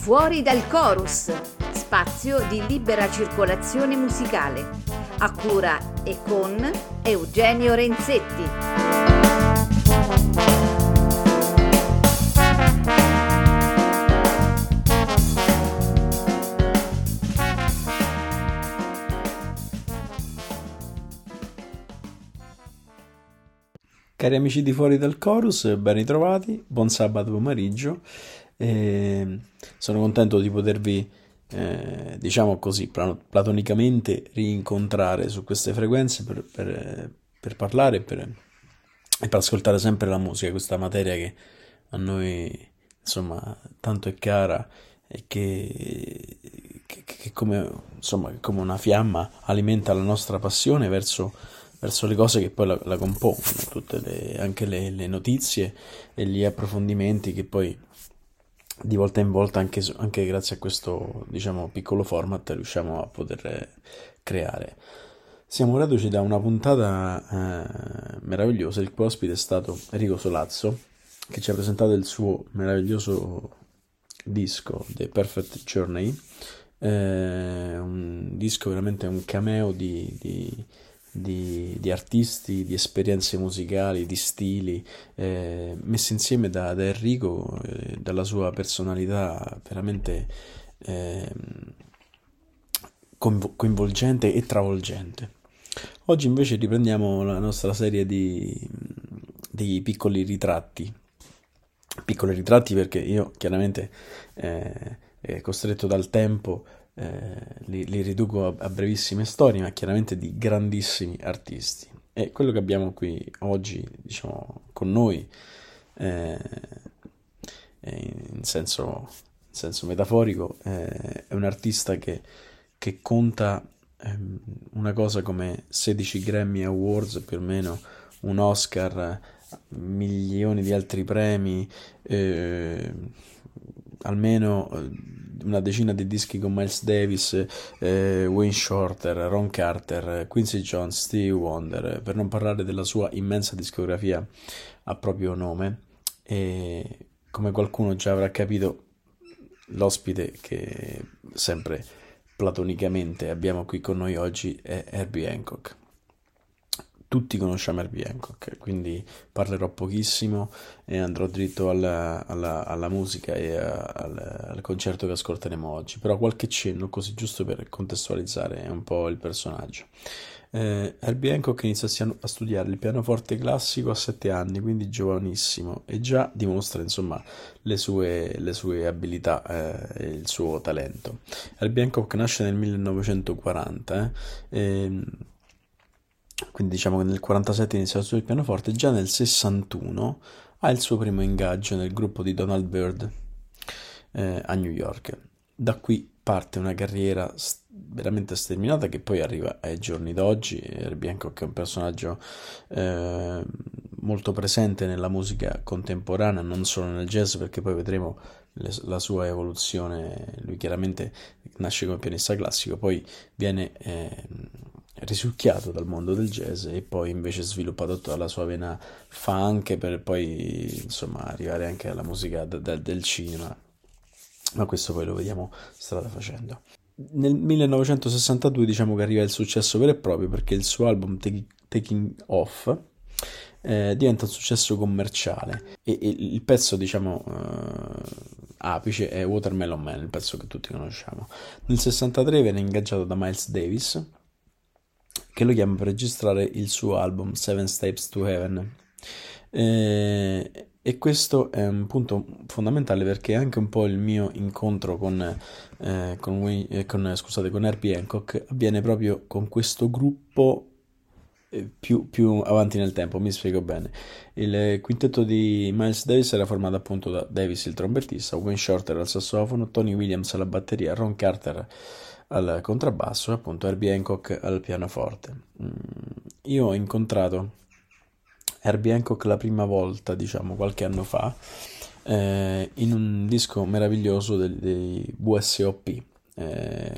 Fuori dal chorus, spazio di libera circolazione musicale, a cura e con Eugenio Renzetti. Cari amici di Fuori dal Chorus, ben ritrovati, buon sabato pomeriggio. Sono contento di potervi, diciamo così, platonicamente rincontrare su queste frequenze per parlare e per ascoltare sempre la musica, questa materia che a noi, insomma, tanto è cara e che come, insomma, come una fiamma alimenta la nostra passione verso le cose che poi la compongono, anche le notizie e gli approfondimenti che poi di volta in volta, anche grazie a questo, diciamo, piccolo format, riusciamo a poter creare. Siamo reduci da una puntata meravigliosa, il cui ospite è stato Enrico Solazzo, che ci ha presentato il suo meraviglioso disco The Perfect Journey, un disco veramente un cameo di artisti, di esperienze musicali, di stili, messi insieme da Enrico, dalla sua personalità veramente coinvolgente e travolgente. Oggi invece riprendiamo la nostra serie di piccoli ritratti perché io chiaramente costretto dal tempo li riduco a brevissime storie, ma chiaramente di grandissimi artisti. E quello che abbiamo qui oggi, diciamo, con noi, in senso metaforico, è un artista che conta una cosa come 16 Grammy Awards, più o meno, un Oscar, milioni di altri premi, almeno una decina di dischi con Miles Davis, Wayne Shorter, Ron Carter, Quincy Jones, Stevie Wonder, per non parlare della sua immensa discografia a proprio nome. E come qualcuno già avrà capito, l'ospite che sempre platonicamente abbiamo qui con noi oggi è Herbie Hancock. Tutti conosciamo Herbie Hancock, quindi parlerò pochissimo e andrò dritto alla musica e al concerto che ascolteremo oggi, però qualche cenno così giusto per contestualizzare un po' il personaggio. Herbie Hancock inizia a studiare il pianoforte classico a 7 anni, quindi giovanissimo, e già dimostra, insomma, le sue abilità e il suo talento. Herbie Hancock nasce nel 1940, quindi diciamo che nel 47 inizia a studiare il pianoforte, già nel 61 ha il suo primo ingaggio nel gruppo di Donald Byrd a New York. Da qui parte una carriera veramente sterminata che poi arriva ai giorni d'oggi. Herbie Hancock è un personaggio molto presente nella musica contemporanea, non solo nel jazz, perché poi vedremo la sua evoluzione. Lui chiaramente nasce come pianista classico, poi viene risucchiato dal mondo del jazz e poi invece sviluppato tutta la sua vena funk per poi, insomma, arrivare anche alla musica del cinema, ma questo poi lo vediamo strada facendo. Nel 1962 diciamo che arriva il successo vero e proprio, perché il suo album Taking Off diventa un successo commerciale e il pezzo, diciamo, apice è Watermelon Man, il pezzo che tutti conosciamo. Nel 63 viene ingaggiato da Miles Davis, che lo chiama per registrare il suo album Seven Steps to Heaven, e questo è un punto fondamentale perché è anche un po' il mio incontro con Herbie Hancock avviene proprio con questo gruppo più avanti nel tempo. Mi spiego bene. Il quintetto di Miles Davis era formato appunto da Davis il trombettista, Wayne Shorter al sassofono, Tony Williams alla batteria, Ron Carter al contrabbasso e appunto Herbie Hancock al pianoforte. Io ho incontrato Herbie Hancock la prima volta, diciamo, qualche anno fa, in un disco meraviglioso dei WSOP.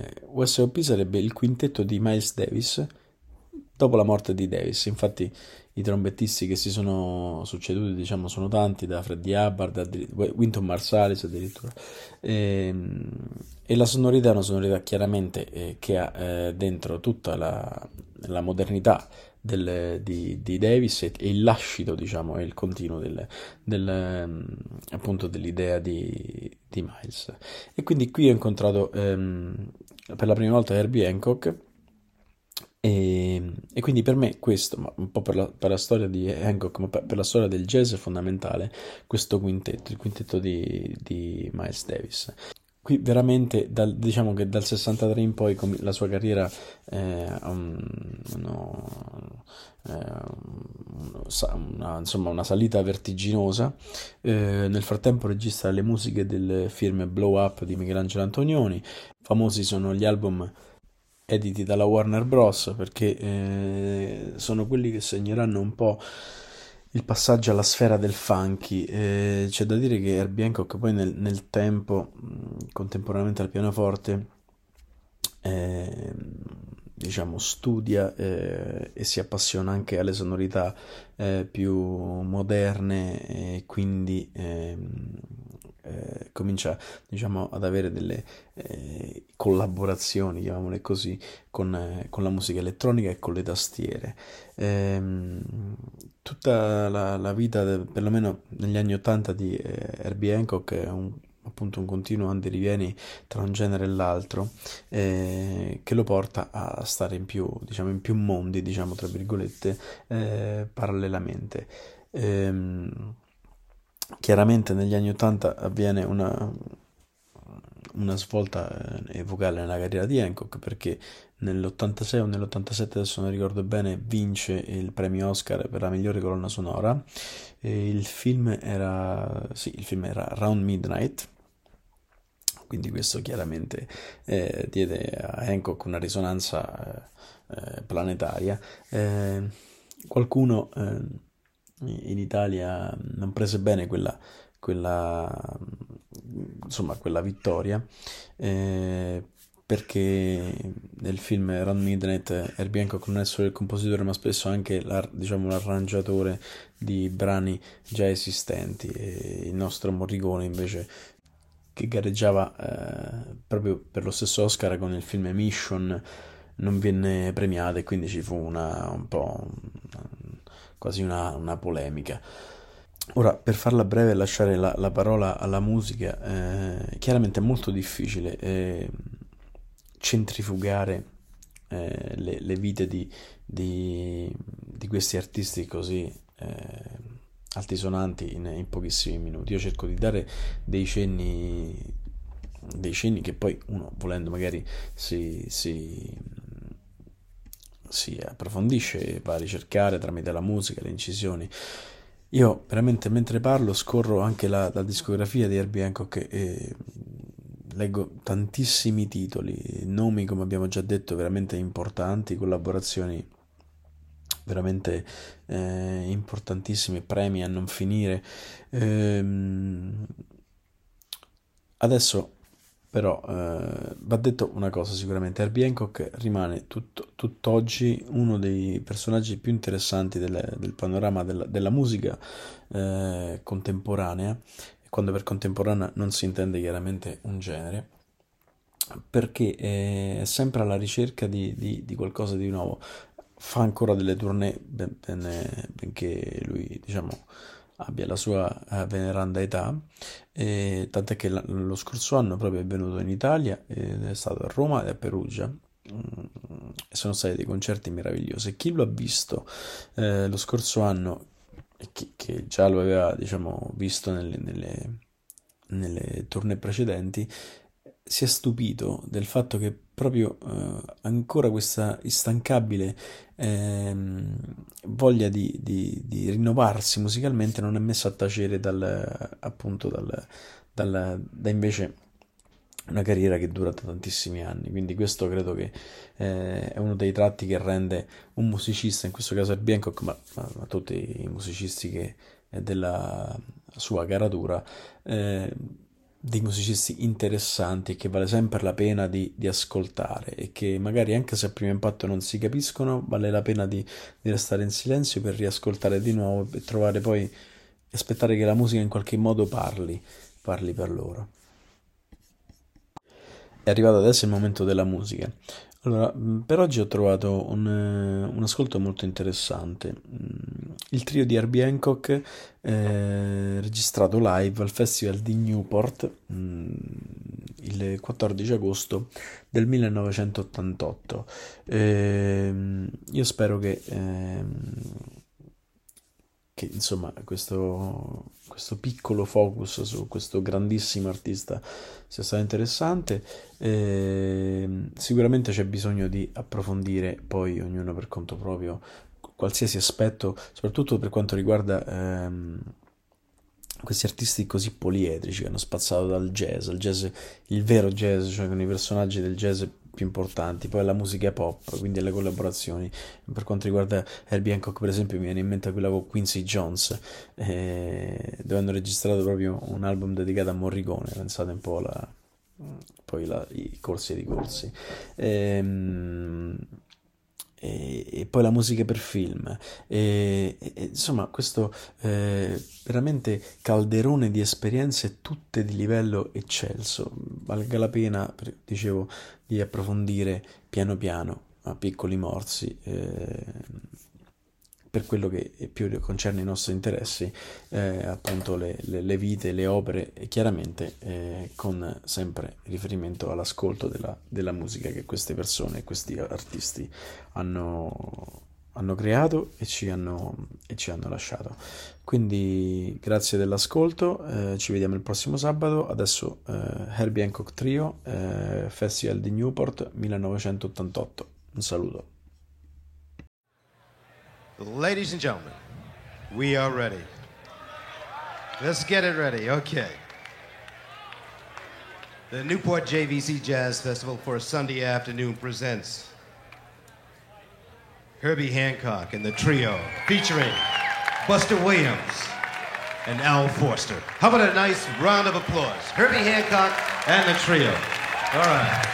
WSOP sarebbe il quintetto di Miles Davis dopo la morte di Davis. Infatti i trombettisti che si sono succeduti, diciamo, sono tanti, da Freddie Hubbard a Wynton Marsalis addirittura. E la sonorità è una sonorità chiaramente che ha dentro tutta la modernità di Davis e il lascito, diciamo, e il continuo appunto dell'idea di Miles. E quindi qui ho incontrato per la prima volta Herbie Hancock. E quindi per me questo, ma un po' per la storia di Hancock, ma per la storia del jazz è fondamentale questo quintetto, il quintetto di Miles Davis. Qui veramente, diciamo che dal 63 in poi la sua carriera ha insomma, una salita vertiginosa. Nel frattempo registra le musiche del film Blow Up di Michelangelo Antonioni. Famosi sono gli album editi dalla Warner Bros. Perché sono quelli che segneranno un po' il passaggio alla sfera del funky. C'è da dire che Herbie Hancock poi nel tempo, contemporaneamente al pianoforte, diciamo, studia e si appassiona anche alle sonorità più moderne, e quindi comincia, diciamo, ad avere delle collaborazioni, chiamiamole così, con la musica elettronica e con le tastiere. Tutta la vita, perlomeno negli anni 80, di Herbie Hancock è appunto un continuo andirivieni tra un genere e l'altro, che lo porta a stare diciamo, in più mondi, diciamo, tra virgolette, parallelamente. Chiaramente negli anni 80 avviene una svolta epocale nella carriera di Hancock, perché nell'86 o nell'87, adesso non ricordo bene, vince il premio Oscar per la migliore colonna sonora. Il film era Round Midnight, quindi questo chiaramente diede a Hancock una risonanza planetaria. Qualcuno in Italia non prese bene insomma, quella vittoria, perché nel film Round Midnight Herbie Hancock non è solo il compositore, ma spesso anche diciamo, l'arrangiatore di brani già esistenti. E il nostro Morricone invece, che gareggiava proprio per lo stesso Oscar con il film Mission, non venne premiato, e quindi ci fu quasi una polemica. Ora, per farla breve e lasciare la parola alla musica, chiaramente è molto difficile centrifugare le vite di questi artisti così altisonanti in pochissimi minuti. Io cerco di dare dei cenni che poi uno, volendo, magari si approfondisce e va a ricercare tramite la musica, le incisioni. Io veramente, mentre parlo, scorro anche la discografia di Herbie Hancock e leggo tantissimi titoli, nomi, come abbiamo già detto, veramente importanti, collaborazioni veramente importantissime, premi a non finire. Adesso però va detto una cosa: sicuramente Herbie Hancock rimane tutt'oggi uno dei personaggi più interessanti del panorama della musica contemporanea. E quando per contemporanea non si intende chiaramente un genere, perché è sempre alla ricerca di qualcosa di nuovo. Fa ancora delle tournée, benché lui, diciamo, abbia la sua veneranda età, tant'è che lo scorso anno proprio è venuto in Italia, è stato a Roma e a Perugia. E sono stati dei concerti meravigliosi. E chi lo ha visto lo scorso anno, e che già lo aveva, diciamo, visto nelle tournée precedenti, si è stupito del fatto che proprio ancora questa instancabile voglia di rinnovarsi musicalmente non è messa a tacere appunto da invece una carriera che dura da tantissimi anni. Quindi questo credo che è uno dei tratti che rende un musicista, in questo caso Herbie Hancock, ma tutti i musicisti che è della sua caratura, dei musicisti interessanti e che vale sempre la pena di ascoltare e che magari anche se a primo impatto non si capiscono, vale la pena di restare in silenzio per riascoltare di nuovo e trovare poi, aspettare che la musica in qualche modo parli per loro. È arrivato adesso il momento della musica. Allora, per oggi ho trovato un ascolto molto interessante. Il trio di Herbie Hancock, registrato live al Festival di Newport, il 14 agosto del 1988. Io spero che insomma questo piccolo focus su questo grandissimo artista sia stato interessante. Sicuramente c'è bisogno di approfondire poi ognuno per conto proprio qualsiasi aspetto, soprattutto per quanto riguarda questi artisti così poliedrici che hanno spazzato dal jazz, al jazz, il vero jazz, cioè con i personaggi del jazz più importanti, poi alla musica pop, quindi alle collaborazioni. Per quanto riguarda Herbie Hancock, per esempio, mi viene in mente quella con Quincy Jones, dove hanno registrato proprio un album dedicato a Morricone, pensate un po' i corsi e i ricorsi. E poi la musica per film, insomma questo veramente calderone di esperienze tutte di livello eccelso, valga la pena, dicevo, di approfondire piano piano a piccoli morsi, per quello che più concerne i nostri interessi, appunto le vite, le opere e chiaramente con sempre riferimento all'ascolto della musica che queste persone, questi artisti hanno creato e ci hanno lasciato. Quindi grazie dell'ascolto, ci vediamo il prossimo sabato. Adesso Herbie Hancock Trio, Festival di Newport 1988. Un saluto. Ladies and gentlemen, we are ready. Let's get it ready. Okay. The Newport JVC Jazz Festival for a Sunday afternoon presents Herbie Hancock and the trio featuring Buster Williams and Al Forster. How about a nice round of applause? Herbie Hancock and the trio. All right.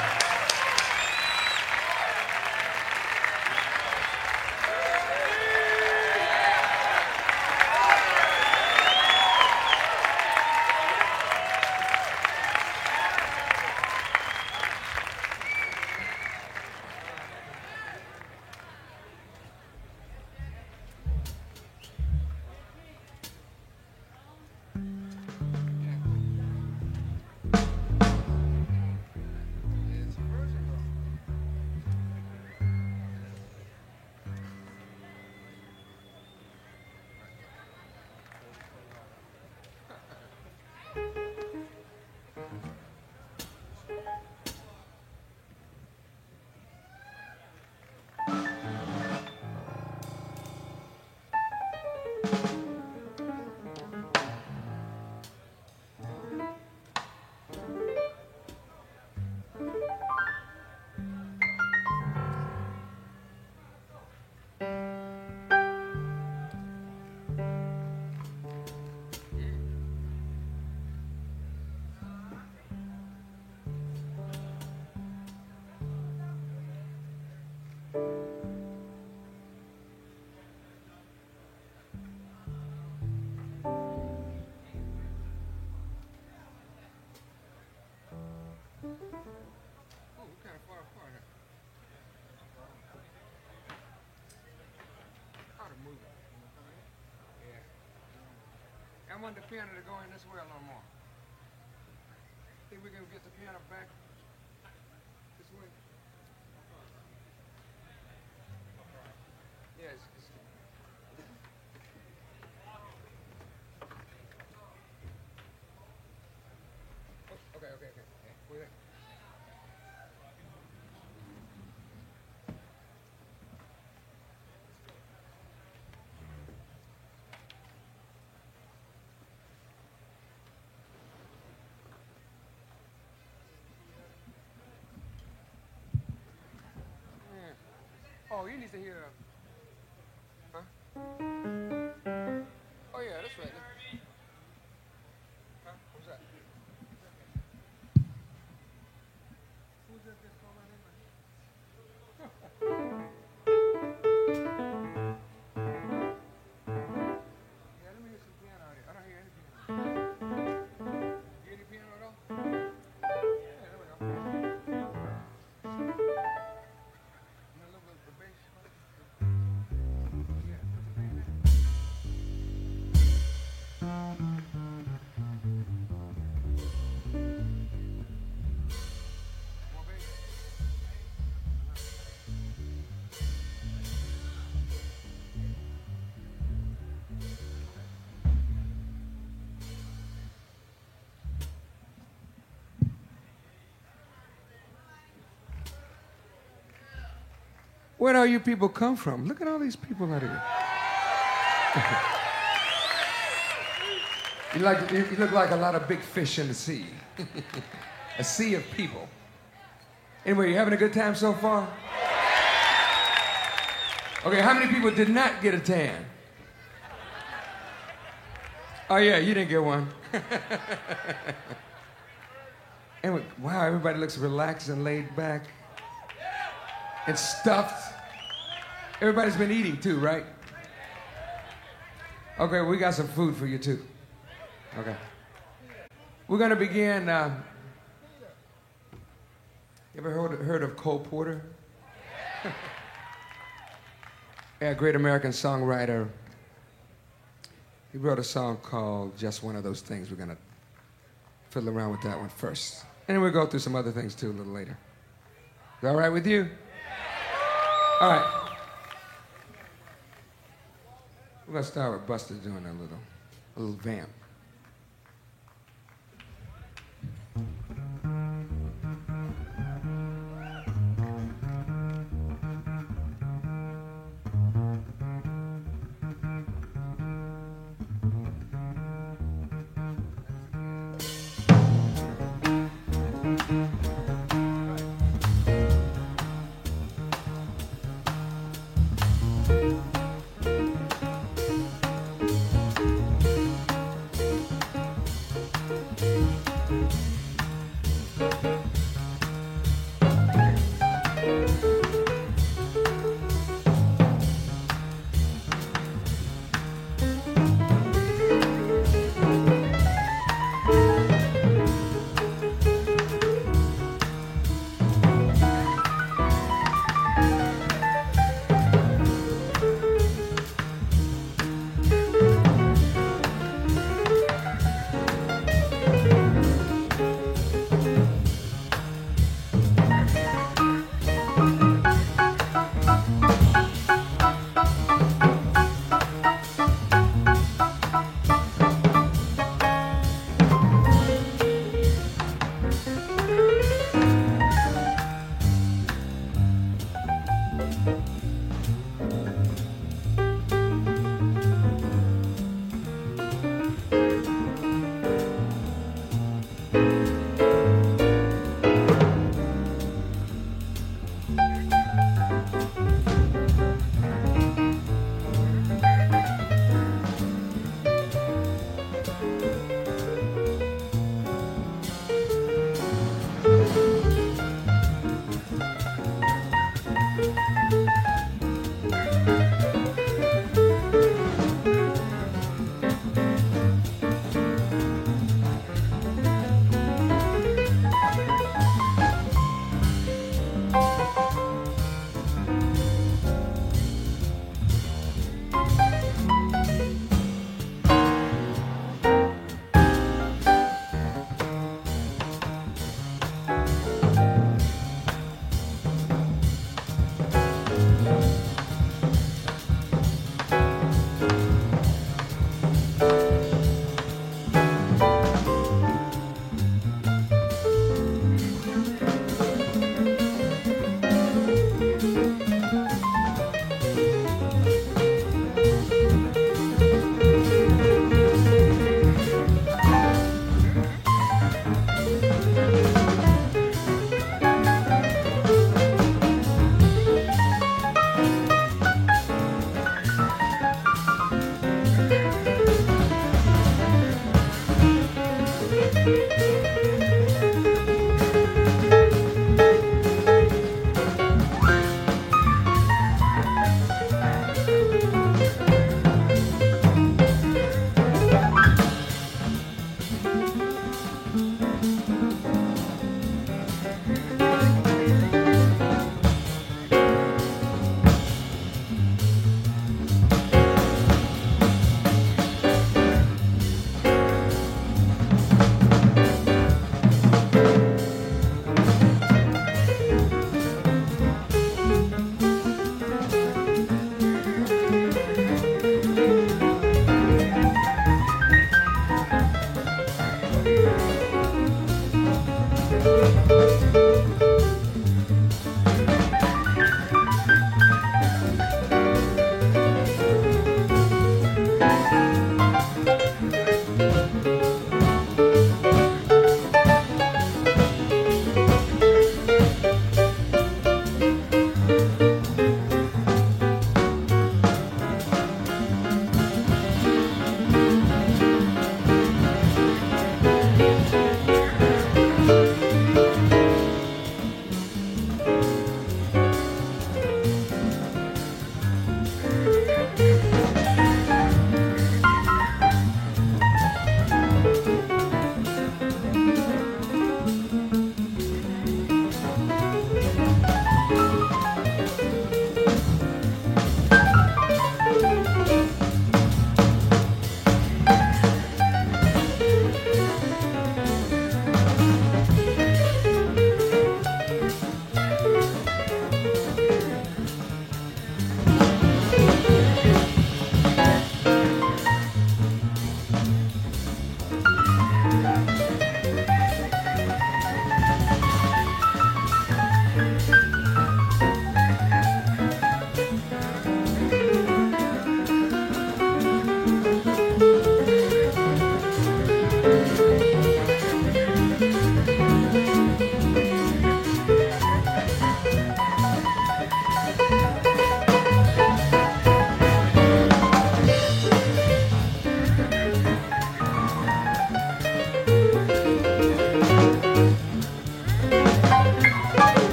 I want the piano to go in this way a little more. Think we can get the piano back this way? Yes. Okay. Wait there. Oh, you need to hear. Huh? Oh, yeah, that's right. Huh? What's that? Where do all you people come from? Look at all these people out here. You look like a lot of big fish in the sea. A sea of people. Anyway, you having a good time so far? Okay, how many people did not get a tan? Oh yeah, you didn't get one. Anyway, wow, everybody looks relaxed and laid back and stuffed. Everybody's been eating too, right? Okay, we got some food for you too. Okay. We're gonna begin, you ever heard of Cole Porter? Yeah, a great American songwriter. He wrote a song called Just One of Those Things. We're gonna fiddle around with that one first. And then we'll go through some other things too a little later. Is that all right with you? All right. We're gonna start with Buster doing a little vamp.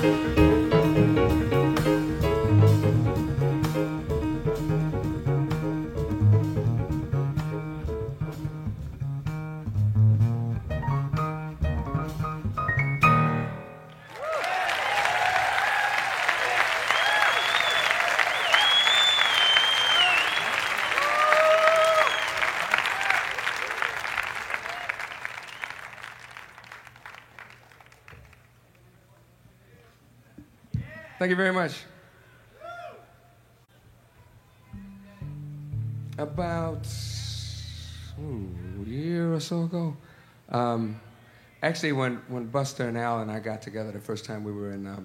Thank you very much. About a year or so ago, actually, when Buster and Al and I got together the first time, we were in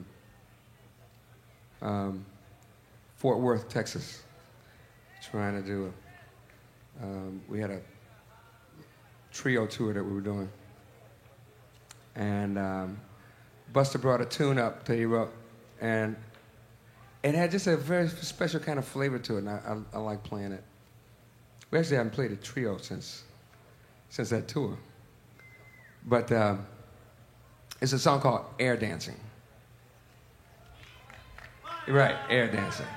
Fort Worth, Texas, trying to do we had a trio tour that we were doing, and Buster brought a tune up that he wrote. And it had just a very special kind of flavor to it, and I like playing it. We actually haven't played a trio since that tour. But it's a song called Air Dancing. Right, Air Dancing.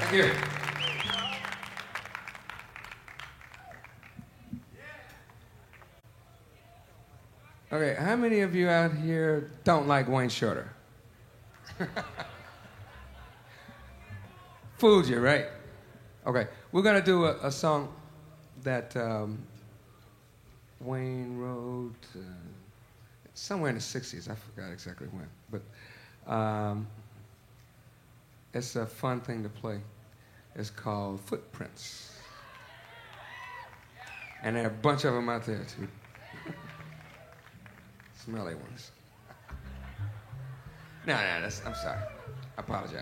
Thank you. Okay, how many of you out here don't like Wayne Shorter? Fooled you, right? Okay, we're gonna do a song that Wayne wrote somewhere in the 60s. I forgot exactly when, but it's a fun thing to play. It's called Footprints. And there are a bunch of them out there, too. Smelly ones. No, I'm sorry. I apologize.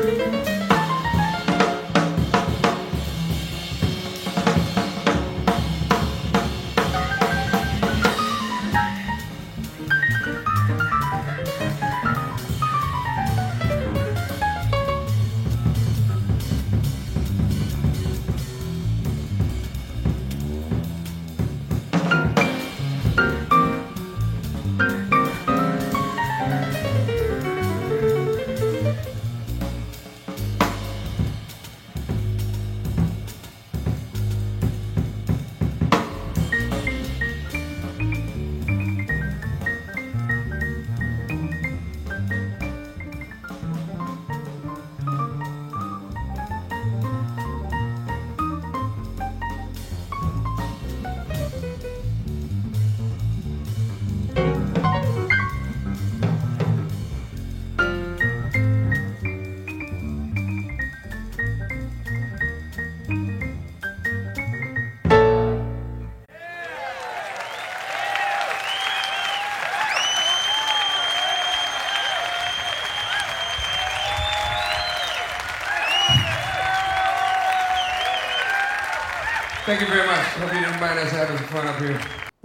Thank you very much. Hope you didn't mind us having some fun up here.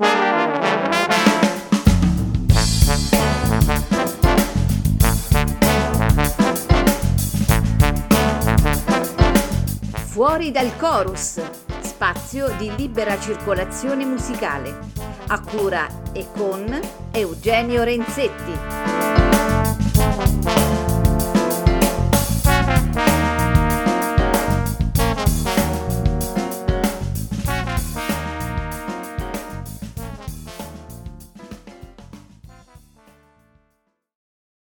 Fuori dal chorus, spazio di libera circolazione musicale, a cura e con Eugenio Renzetti.